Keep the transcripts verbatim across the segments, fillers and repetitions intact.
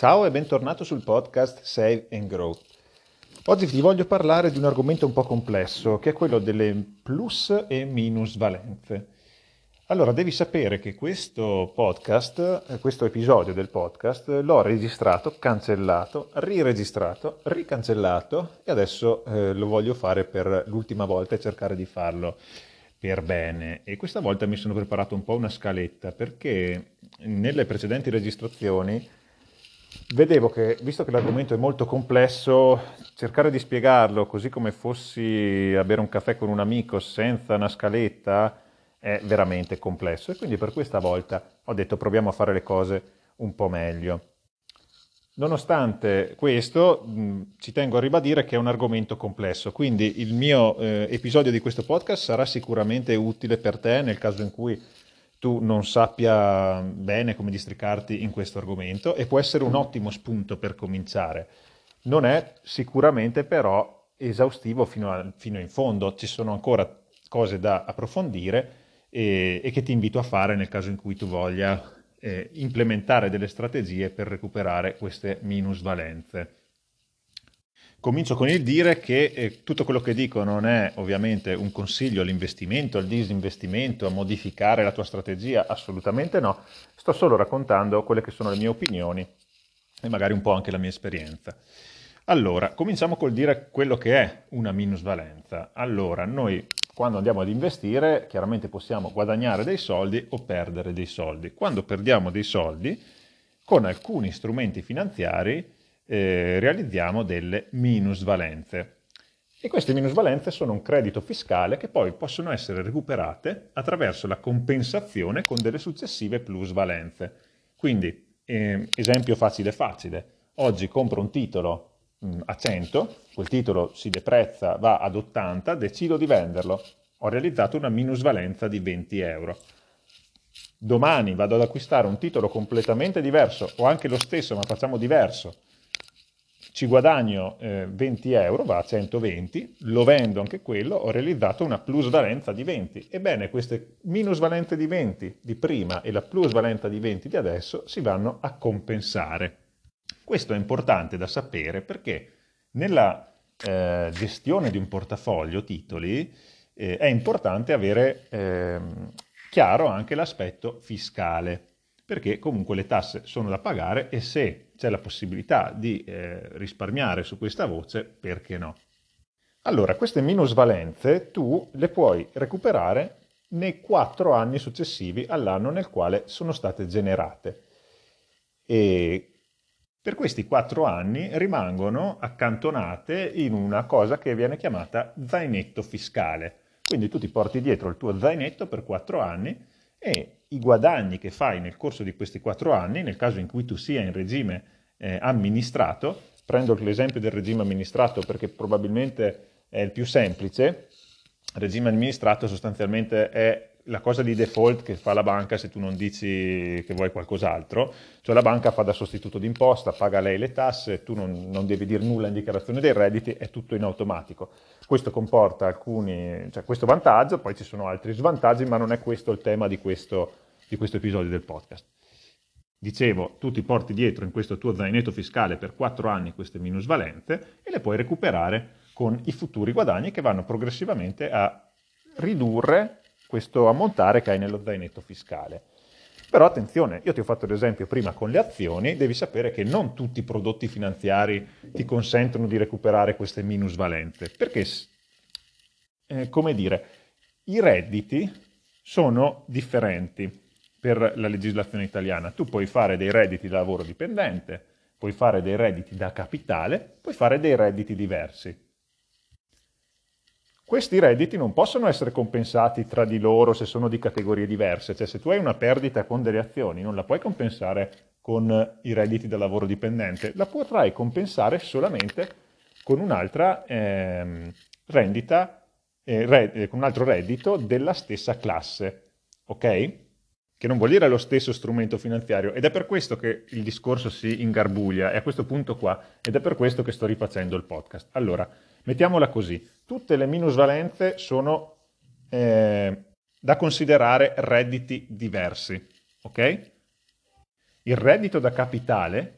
Ciao e bentornato sul podcast Save and Grow. Oggi ti voglio parlare di un argomento un po' complesso, che è quello delle plus e minus valenze. Allora, devi sapere che questo podcast, questo episodio del podcast, l'ho registrato, cancellato, riregistrato, ricancellato e adesso eh, lo voglio fare per l'ultima volta e cercare di farlo per bene. E questa volta mi sono preparato un po' una scaletta perché nelle precedenti registrazioni vedevo che, visto che l'argomento è molto complesso, cercare di spiegarlo così come fossi a bere un caffè con un amico senza una scaletta è veramente complesso e quindi per questa volta ho detto proviamo a fare le cose un po' meglio. Nonostante questo, mh, ci tengo a ribadire che è un argomento complesso, quindi il mio eh, episodio di questo podcast sarà sicuramente utile per te nel caso in cui tu non sappia bene come districarti in questo argomento e può essere un ottimo spunto per cominciare. Non è sicuramente però esaustivo fino, a, fino in fondo, ci sono ancora cose da approfondire e, e che ti invito a fare nel caso in cui tu voglia eh, implementare delle strategie per recuperare queste minusvalenze. Comincio con il dire che eh, tutto quello che dico non è ovviamente un consiglio all'investimento, al disinvestimento, a modificare la tua strategia, assolutamente no. Sto solo raccontando quelle che sono le mie opinioni e magari un po' anche la mia esperienza. Allora, cominciamo col dire quello che è una minusvalenza. Allora, noi quando andiamo ad investire, chiaramente possiamo guadagnare dei soldi o perdere dei soldi. Quando perdiamo dei soldi, con alcuni strumenti finanziari eh, realizziamo delle minusvalenze. E queste minusvalenze sono un credito fiscale che poi possono essere recuperate attraverso la compensazione con delle successive plusvalenze. Quindi, eh, esempio facile facile, oggi compro un titolo mh, a cento, quel titolo si deprezza, va ad ottanta, decido di venderlo, ho realizzato una minusvalenza di venti euro. Domani vado ad acquistare un titolo completamente diverso o anche lo stesso ma facciamo diverso, ci guadagno eh, venti euro, va a centoventi, lo vendo anche quello, ho realizzato una plusvalenza di venti. Ebbene, queste minusvalenze di venti di prima e la plusvalenza di venti di adesso si vanno a compensare. Questo è importante da sapere perché nella eh, gestione di un portafoglio titoli eh, è importante avere eh, chiaro anche l'aspetto fiscale, perché comunque le tasse sono da pagare e se c'è la possibilità di eh, risparmiare su questa voce, perché no? Allora, queste minusvalenze tu le puoi recuperare nei quattro anni successivi all'anno nel quale sono state generate. E per questi quattro anni rimangono accantonate in una cosa che viene chiamata zainetto fiscale. Quindi tu ti porti dietro il tuo zainetto per quattro anni e i guadagni che fai nel corso di questi quattro anni, nel caso in cui tu sia in regime eh, amministrato, prendo l'esempio del regime amministrato perché probabilmente è il più semplice, il regime amministrato sostanzialmente è la cosa di default che fa la banca se tu non dici che vuoi qualcos'altro, cioè la banca fa da sostituto d'imposta, paga lei le tasse, tu non, non devi dire nulla in dichiarazione dei redditi, è tutto in automatico. Questo comporta alcuni, cioè questo vantaggio, poi ci sono altri svantaggi, ma non è questo il tema di questo, di questo episodio del podcast. Dicevo, tu ti porti dietro in questo tuo zainetto fiscale per quattro anni queste minusvalenze e le puoi recuperare con i futuri guadagni che vanno progressivamente a ridurre questo ammontare che hai nello zainetto fiscale. Però attenzione, io ti ho fatto l'esempio prima con le azioni, devi sapere che non tutti i prodotti finanziari ti consentono di recuperare queste minusvalenze, perché, eh, come dire, i redditi sono differenti per la legislazione italiana. Tu puoi fare dei redditi da lavoro dipendente, puoi fare dei redditi da capitale, puoi fare dei redditi diversi. Questi redditi non possono essere compensati tra di loro se sono di categorie diverse, cioè se tu hai una perdita con delle azioni non la puoi compensare con i redditi da lavoro dipendente, la potrai compensare solamente con un'altra ehm, rendita, eh, re, eh, con un altro reddito della stessa classe, ok? Che non vuol dire lo stesso strumento finanziario ed è per questo che il discorso si ingarbuglia, è a questo punto qua, ed è per questo che sto rifacendo il podcast. Allora, mettiamola così, tutte le minusvalenze sono eh, da considerare redditi diversi, ok? Il reddito da capitale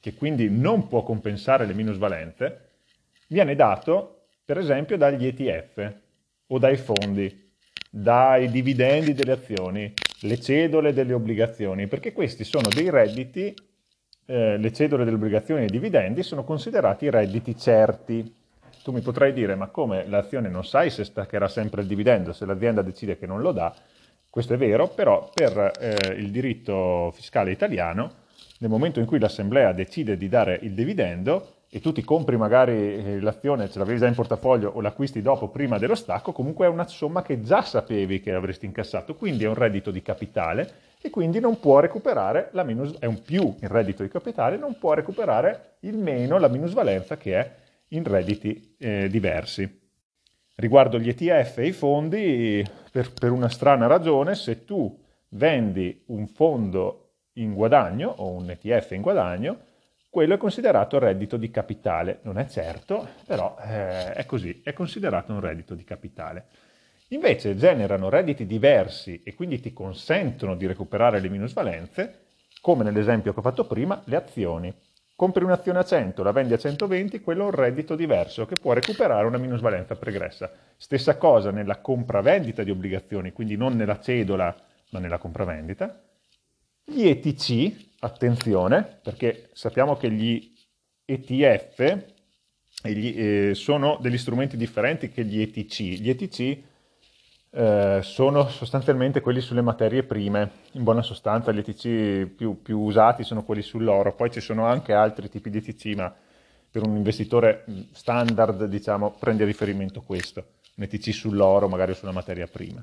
che quindi non può compensare le minusvalenze, viene dato per esempio dagli E T F o dai fondi, dai dividendi delle azioni, le cedole delle obbligazioni, perché questi sono dei redditi, eh, le cedole delle obbligazioni e i dividendi sono considerati redditi certi. Tu mi potrai dire, ma come l'azione non sai se staccherà sempre il dividendo, se l'azienda decide che non lo dà? Questo è vero, però per eh, il diritto fiscale italiano, nel momento in cui l'assemblea decide di dare il dividendo e tu ti compri magari l'azione, ce l'avevi già in portafoglio o l'acquisti dopo, prima dello stacco, comunque è una somma che già sapevi che avresti incassato, quindi è un reddito di capitale e quindi non può recuperare la minus, è un più il reddito di capitale, non può recuperare il meno, la minusvalenza che è in redditi eh, diversi. Riguardo gli E T F e i fondi, per, per una strana ragione, se tu vendi un fondo in guadagno o un E T F in guadagno, quello è considerato reddito di capitale. Non è certo, però eh, è così, è considerato un reddito di capitale. Invece generano redditi diversi e quindi ti consentono di recuperare le minusvalenze, come nell'esempio che ho fatto prima, le azioni. Compri un'azione a cento, la vendi a centoventi, quello è un reddito diverso che può recuperare una minusvalenza pregressa. Stessa cosa nella compravendita di obbligazioni, quindi non nella cedola ma nella compravendita. Gli E T C, attenzione, perché sappiamo che gli E T F gli, eh, sono degli strumenti differenti che gli E T C. Gli E T C eh, sono sostanzialmente quelli sulle materie prime, in buona sostanza gli E T C più, più usati sono quelli sull'oro, poi ci sono anche altri tipi di E T C, ma per un investitore standard, diciamo, prende a riferimento questo, un E T C sull'oro, magari sulla materia prima.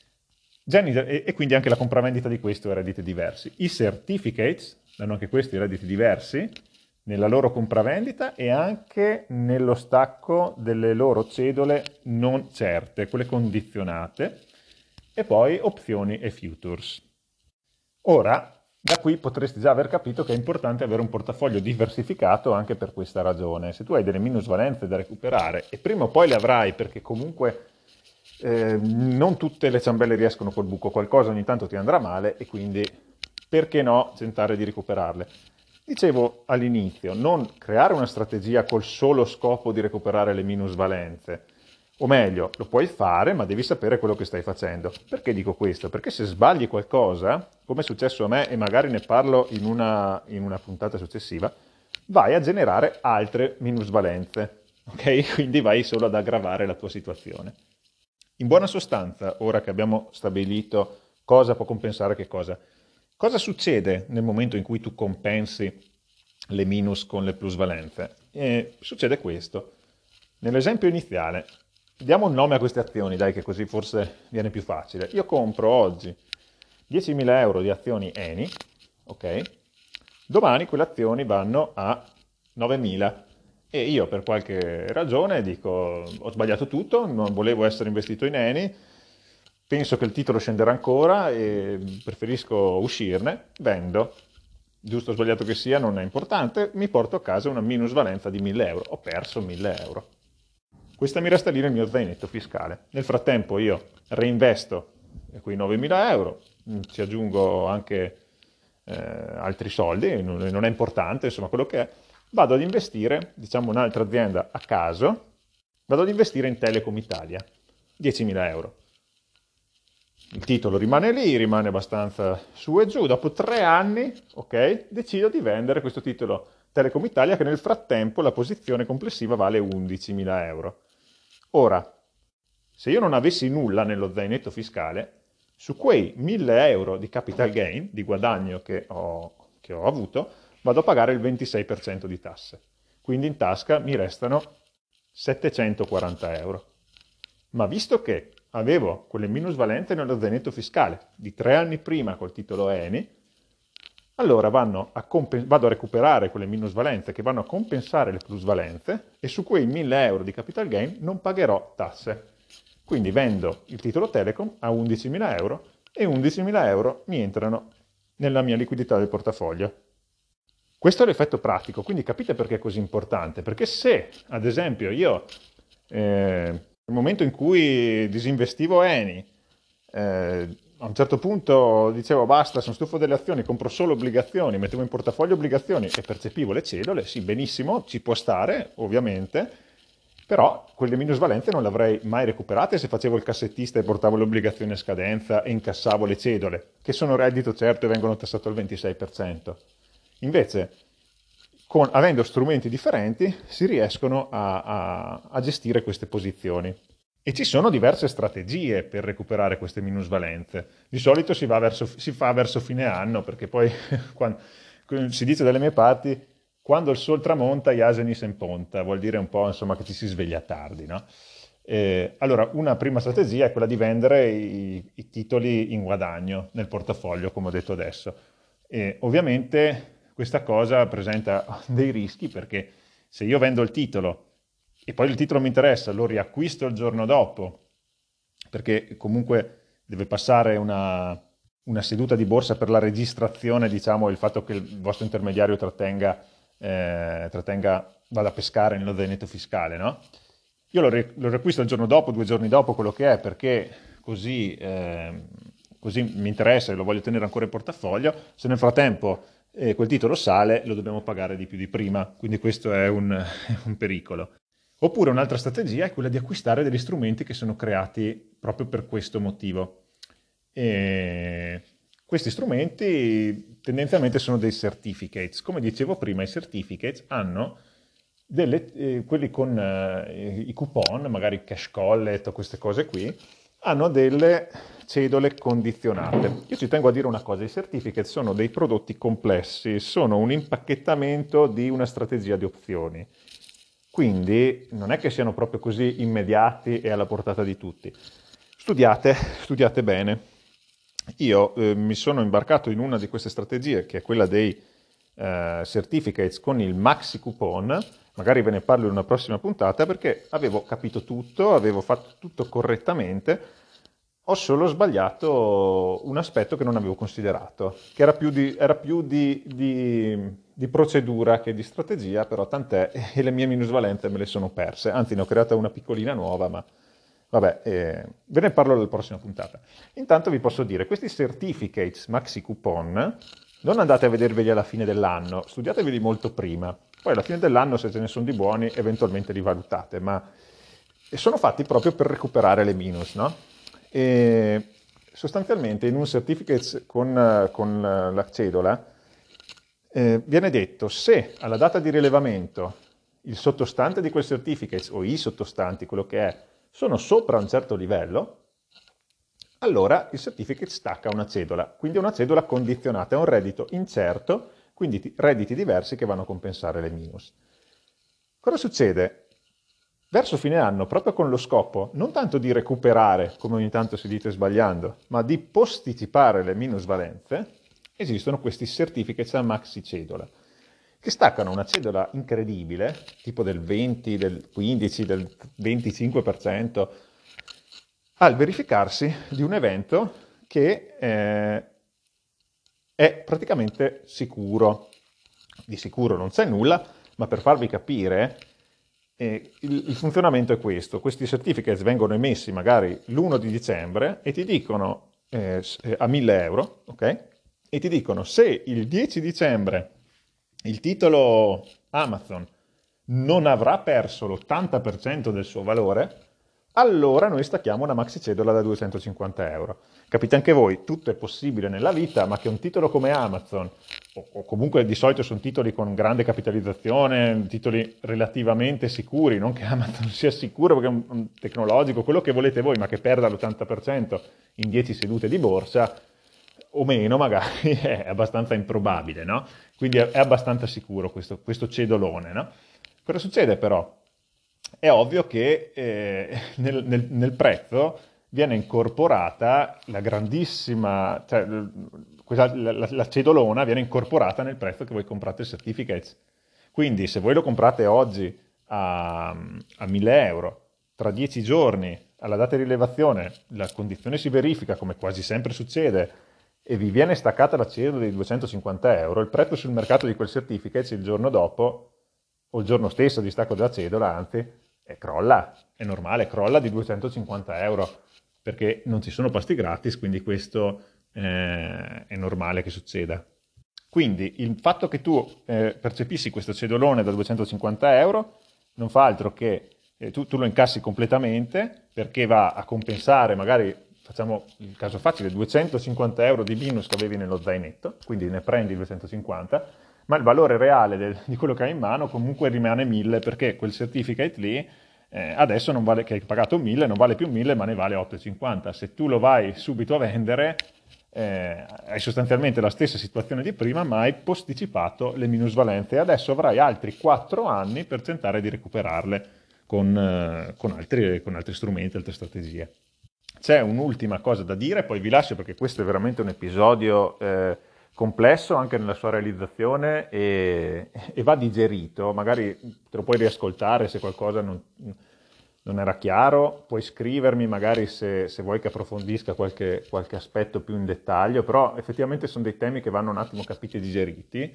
E quindi anche la compravendita di questo è redditi diversi. I certificates danno anche questi redditi diversi nella loro compravendita e anche nello stacco delle loro cedole non certe, quelle condizionate, e poi opzioni e futures. Ora, da qui potresti già aver capito che è importante avere un portafoglio diversificato anche per questa ragione. Se tu hai delle minusvalenze da recuperare, e prima o poi le avrai perché comunque Eh, non tutte le ciambelle riescono col buco, qualcosa ogni tanto ti andrà male e quindi perché no tentare di recuperarle. Dicevo all'inizio, non creare una strategia col solo scopo di recuperare le minusvalenze, o meglio, lo puoi fare ma devi sapere quello che stai facendo. Perché dico questo? Perché se sbagli qualcosa, come è successo a me e magari ne parlo in una, in una puntata successiva, vai a generare altre minusvalenze, ok? Quindi vai solo ad aggravare la tua situazione. In buona sostanza, ora che abbiamo stabilito cosa può compensare che cosa, cosa succede nel momento in cui tu compensi le minus con le plusvalenze? Eh, succede questo. Nell'esempio iniziale, diamo un nome a queste azioni, dai, che così forse viene più facile. Io compro oggi diecimila euro di azioni Eni, ok? Domani quelle azioni vanno a novemila. E io per qualche ragione dico, ho sbagliato tutto, non volevo essere investito in Eni, penso che il titolo scenderà ancora e preferisco uscirne, vendo. Giusto o sbagliato che sia, non è importante, mi porto a casa una minusvalenza di mille euro, ho perso mille euro. Questa mi resta lì nel mio zainetto fiscale. Nel frattempo io reinvesto quei novemila euro, ci aggiungo anche eh, altri soldi, non è importante, insomma quello che è, vado ad investire, diciamo un'altra azienda a caso, vado ad investire in Telecom Italia, diecimila euro. Il titolo rimane lì, rimane abbastanza su e giù, dopo tre anni, ok, decido di vendere questo titolo Telecom Italia che nel frattempo la posizione complessiva vale undicimila euro. Ora, se io non avessi nulla nello zainetto fiscale, su quei mille euro di capital gain, di guadagno che ho, che ho avuto, vado a pagare il ventisei per cento di tasse. Quindi in tasca mi restano settecentoquaranta euro. Ma visto che avevo quelle minusvalenze nello zainetto fiscale di tre anni prima col titolo Eni, allora vanno a vado a recuperare quelle minusvalenze che vanno a compensare le plusvalenze e su quei mille euro di capital gain non pagherò tasse. Quindi vendo il titolo Telecom a undicimila euro e undicimila euro mi entrano nella mia liquidità del portafoglio. Questo è l'effetto pratico, quindi capite perché è così importante? Perché se, ad esempio, io eh, nel momento in cui disinvestivo Eni, eh, a un certo punto dicevo basta, sono stufo delle azioni, compro solo obbligazioni, mettevo in portafoglio obbligazioni e percepivo le cedole, sì, benissimo, ci può stare, ovviamente, però quelle minusvalenze non le avrei mai recuperate se facevo il cassettista e portavo le obbligazioni a scadenza e incassavo le cedole, che sono reddito certo e vengono tassate al ventisei per cento. Invece, con, avendo strumenti differenti, si riescono a, a, a gestire queste posizioni. E ci sono diverse strategie per recuperare queste minusvalenze. Di solito si, va verso, si fa verso fine anno, perché poi quando, si dice dalle mie parti, quando il sol tramonta, gli asini se in ponta, vuol dire un po' insomma, che ci si sveglia tardi, no? Eh, allora, una prima strategia è quella di vendere i, i titoli in guadagno nel portafoglio, come ho detto adesso. E ovviamente questa cosa presenta dei rischi perché se io vendo il titolo e poi il titolo mi interessa, lo riacquisto il giorno dopo, perché comunque deve passare una, una seduta di borsa per la registrazione, diciamo, il fatto che il vostro intermediario trattenga, eh, trattenga vada a pescare nello zainetto fiscale, no? Io lo, ri- lo riacquisto il giorno dopo, due giorni dopo, quello che è, perché così, eh, così mi interessa e lo voglio tenere ancora in portafoglio. Se nel frattempo eh, quel titolo sale, lo dobbiamo pagare di più di prima, quindi questo è un, è un pericolo. Oppure un'altra strategia è quella di acquistare degli strumenti che sono creati proprio per questo motivo. E questi strumenti tendenzialmente sono dei certificates. Come dicevo prima, i certificates hanno delle, eh, quelli con eh, i coupon, magari cash collet o queste cose qui, hanno delle cedole condizionate. Io ci tengo a dire una cosa, i certificate sono dei prodotti complessi, sono un impacchettamento di una strategia di opzioni. Quindi non è che siano proprio così immediati e alla portata di tutti. Studiate, studiate bene. Io eh, mi sono imbarcato in una di queste strategie, che è quella dei eh, certificates con il maxi coupon, magari ve ne parlo in una prossima puntata, perché avevo capito tutto, avevo fatto tutto correttamente, ho solo sbagliato un aspetto che non avevo considerato, che era più di, era più di, di, di procedura che di strategia, però tant'è, e le mie minusvalenze me le sono perse, anzi ne ho creata una piccolina nuova, ma vabbè, eh, ve ne parlo alla prossima puntata. Intanto vi posso dire, questi certificates maxi coupon, non andate a vederveli alla fine dell'anno, studiateveli molto prima, poi alla fine dell'anno se ce ne sono di buoni eventualmente li valutate, ma sono fatti proprio per recuperare le minus, no? E sostanzialmente in un certificate con, con la cedola eh, viene detto se alla data di rilevamento il sottostante di quel certificate o i sottostanti, quello che è, sono sopra un certo livello, allora il certificate stacca una cedola, quindi è una cedola condizionata, è un reddito incerto, quindi redditi diversi che vanno a compensare le minus. Cosa succede? Verso fine anno, proprio con lo scopo non tanto di recuperare, come ogni tanto si dice sbagliando, ma di posticipare le minusvalenze, esistono questi certificati a maxi cedola, che staccano una cedola incredibile, tipo del venti, del quindici, del venticinque per cento, al verificarsi di un evento che eh, è praticamente sicuro. Di sicuro non c'è nulla, ma per farvi capire, eh, il, il funzionamento è questo. Questi certificati vengono emessi magari l'primo di dicembre e ti dicono eh, a mille euro, ok? E ti dicono se il dieci dicembre il titolo Amazon non avrà perso l'ottanta per cento del suo valore, allora noi stacchiamo una maxi cedola da duecentocinquanta euro. Capite anche voi, tutto è possibile nella vita, ma che un titolo come Amazon, o, o comunque di solito sono titoli con grande capitalizzazione, titoli relativamente sicuri, non che Amazon sia sicuro perché è un, un tecnologico, quello che volete voi, ma che perda l'ottanta per cento in dieci sedute di borsa, o meno magari, è abbastanza improbabile, no? Quindi è, è abbastanza sicuro questo, questo cedolone, no? Cosa succede però? È ovvio che eh, nel, nel, nel prezzo viene incorporata la grandissima, cioè questa, la, la, la cedolona viene incorporata nel prezzo che voi comprate il certificate. Quindi se voi lo comprate oggi a, a mille euro, tra dieci giorni alla data di rilevazione la condizione si verifica come quasi sempre succede e vi viene staccata la cedola di duecentocinquanta euro, il prezzo sul mercato di quel certificate il giorno dopo o il giorno stesso di stacco della cedola, anzi, e crolla, è normale, crolla di duecentocinquanta euro. perché non ci sono pasti gratis, quindi questo eh, è normale che succeda. Quindi il fatto che tu eh, percepissi questo cedolone da duecentocinquanta euro non fa altro che eh, tu, tu lo incassi completamente, perché va a compensare, magari facciamo il caso facile, duecentocinquanta euro di minus che avevi nello zainetto, quindi ne prendi duecentocinquanta, ma il valore reale del- di quello che hai in mano comunque rimane mille, perché quel certificate lì eh, adesso non vale, che hai pagato mille, non vale più mille, ma ne vale otto e cinquanta. Se tu lo vai subito a vendere, eh, hai sostanzialmente la stessa situazione di prima, ma hai posticipato le minusvalenze e adesso avrai altri quattro anni per tentare di recuperarle con, eh, con altri, con altri strumenti, altre strategie. C'è un'ultima cosa da dire, poi vi lascio perché questo è veramente un episodio eh, complesso anche nella sua realizzazione e, e va digerito, magari te lo puoi riascoltare se qualcosa non, non era chiaro, puoi scrivermi magari se, se vuoi che approfondisca qualche, qualche aspetto più in dettaglio, però effettivamente sono dei temi che vanno un attimo capiti e digeriti.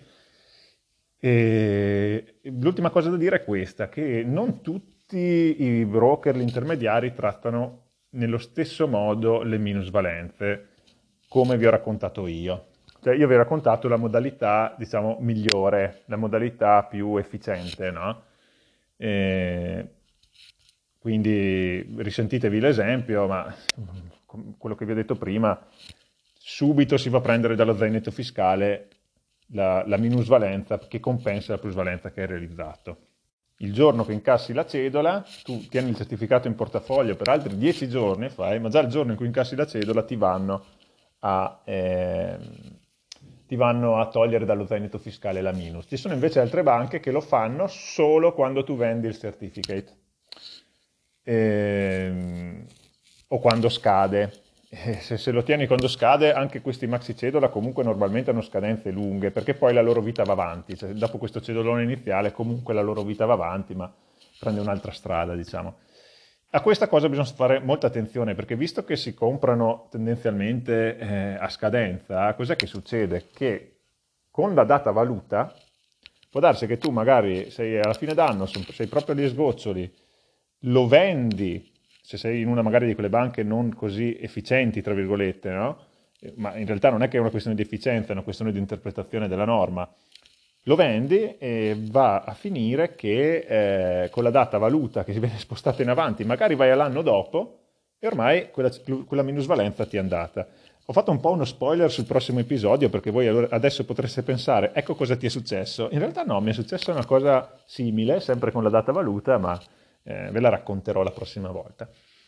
E l'ultima cosa da dire è questa, che non tutti i broker, gli intermediari trattano nello stesso modo le minusvalenze, come vi ho raccontato io. Cioè io vi ho raccontato la modalità, diciamo, migliore, la modalità più efficiente, no? E quindi risentitevi l'esempio, ma quello che vi ho detto prima, subito si va a prendere dallo zainetto fiscale la, la minusvalenza che compensa la plusvalenza che hai realizzato. Il giorno che incassi la cedola, tu tieni il certificato in portafoglio per altri dieci giorni, fai, ma già il giorno in cui incassi la cedola ti vanno a, eh, ti vanno a togliere dallo zainetto fiscale la minus. Ci sono invece altre banche che lo fanno solo quando tu vendi il certificate ehm, o quando scade. Eh, se, se lo tieni quando scade, anche questi maxi cedola comunque normalmente hanno scadenze lunghe, perché poi la loro vita va avanti, cioè, dopo questo cedolone iniziale comunque la loro vita va avanti, ma prende un'altra strada, diciamo. A questa cosa bisogna fare molta attenzione, perché visto che si comprano tendenzialmente eh, a scadenza, cos'è che succede? Che con la data valuta può darsi che tu magari sei alla fine d'anno, sei proprio agli sgoccioli, lo vendi, se sei in una magari di quelle banche non così efficienti, tra virgolette, no? Ma in realtà non è che è una questione di efficienza, è una questione di interpretazione della norma. Lo vendi e va a finire che eh, con la data valuta che si viene spostata in avanti, magari vai all'anno dopo e ormai quella, quella minusvalenza ti è andata. Ho fatto un po' uno spoiler sul prossimo episodio perché voi adesso potreste pensare, ecco cosa ti è successo. In realtà no, mi è successa una cosa simile, sempre con la data valuta, ma eh, ve la racconterò la prossima volta.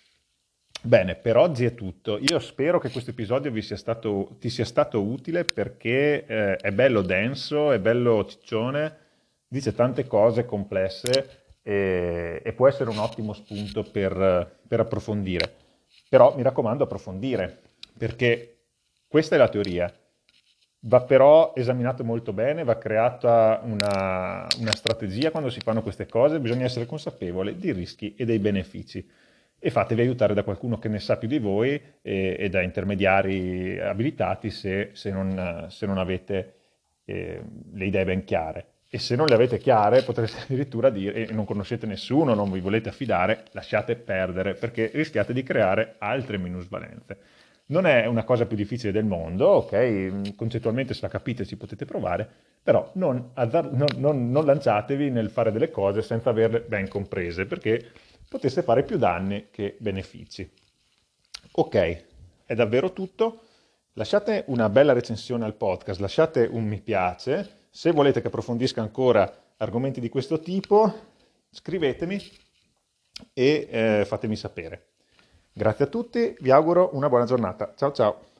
Bene, per oggi è tutto. Io spero che questo episodio vi sia stato, ti sia stato utile perché eh, è bello denso, è bello ciccione, dice tante cose complesse e, e può essere un ottimo spunto per, per approfondire. Però mi raccomando approfondire, perché questa è la teoria. Va però esaminato molto bene, va creata una, una strategia quando si fanno queste cose, bisogna essere consapevoli dei rischi e dei benefici e fatevi aiutare da qualcuno che ne sa più di voi e, e da intermediari abilitati se, se, non, se non avete eh, le idee ben chiare. E se non le avete chiare potreste addirittura dire e non conoscete nessuno, non vi volete affidare, lasciate perdere perché rischiate di creare altre minusvalenze. Non è una cosa più difficile del mondo, ok? Concettualmente se la capite ci potete provare, però non, azzar- non, non, non lanciatevi nel fare delle cose senza averle ben comprese, perché potesse fare più danni che benefici. Ok, è davvero tutto. Lasciate una bella recensione al podcast, lasciate un mi piace. Se volete che approfondisca ancora argomenti di questo tipo, scrivetemi e eh, fatemi sapere. Grazie a tutti, vi auguro una buona giornata. Ciao ciao.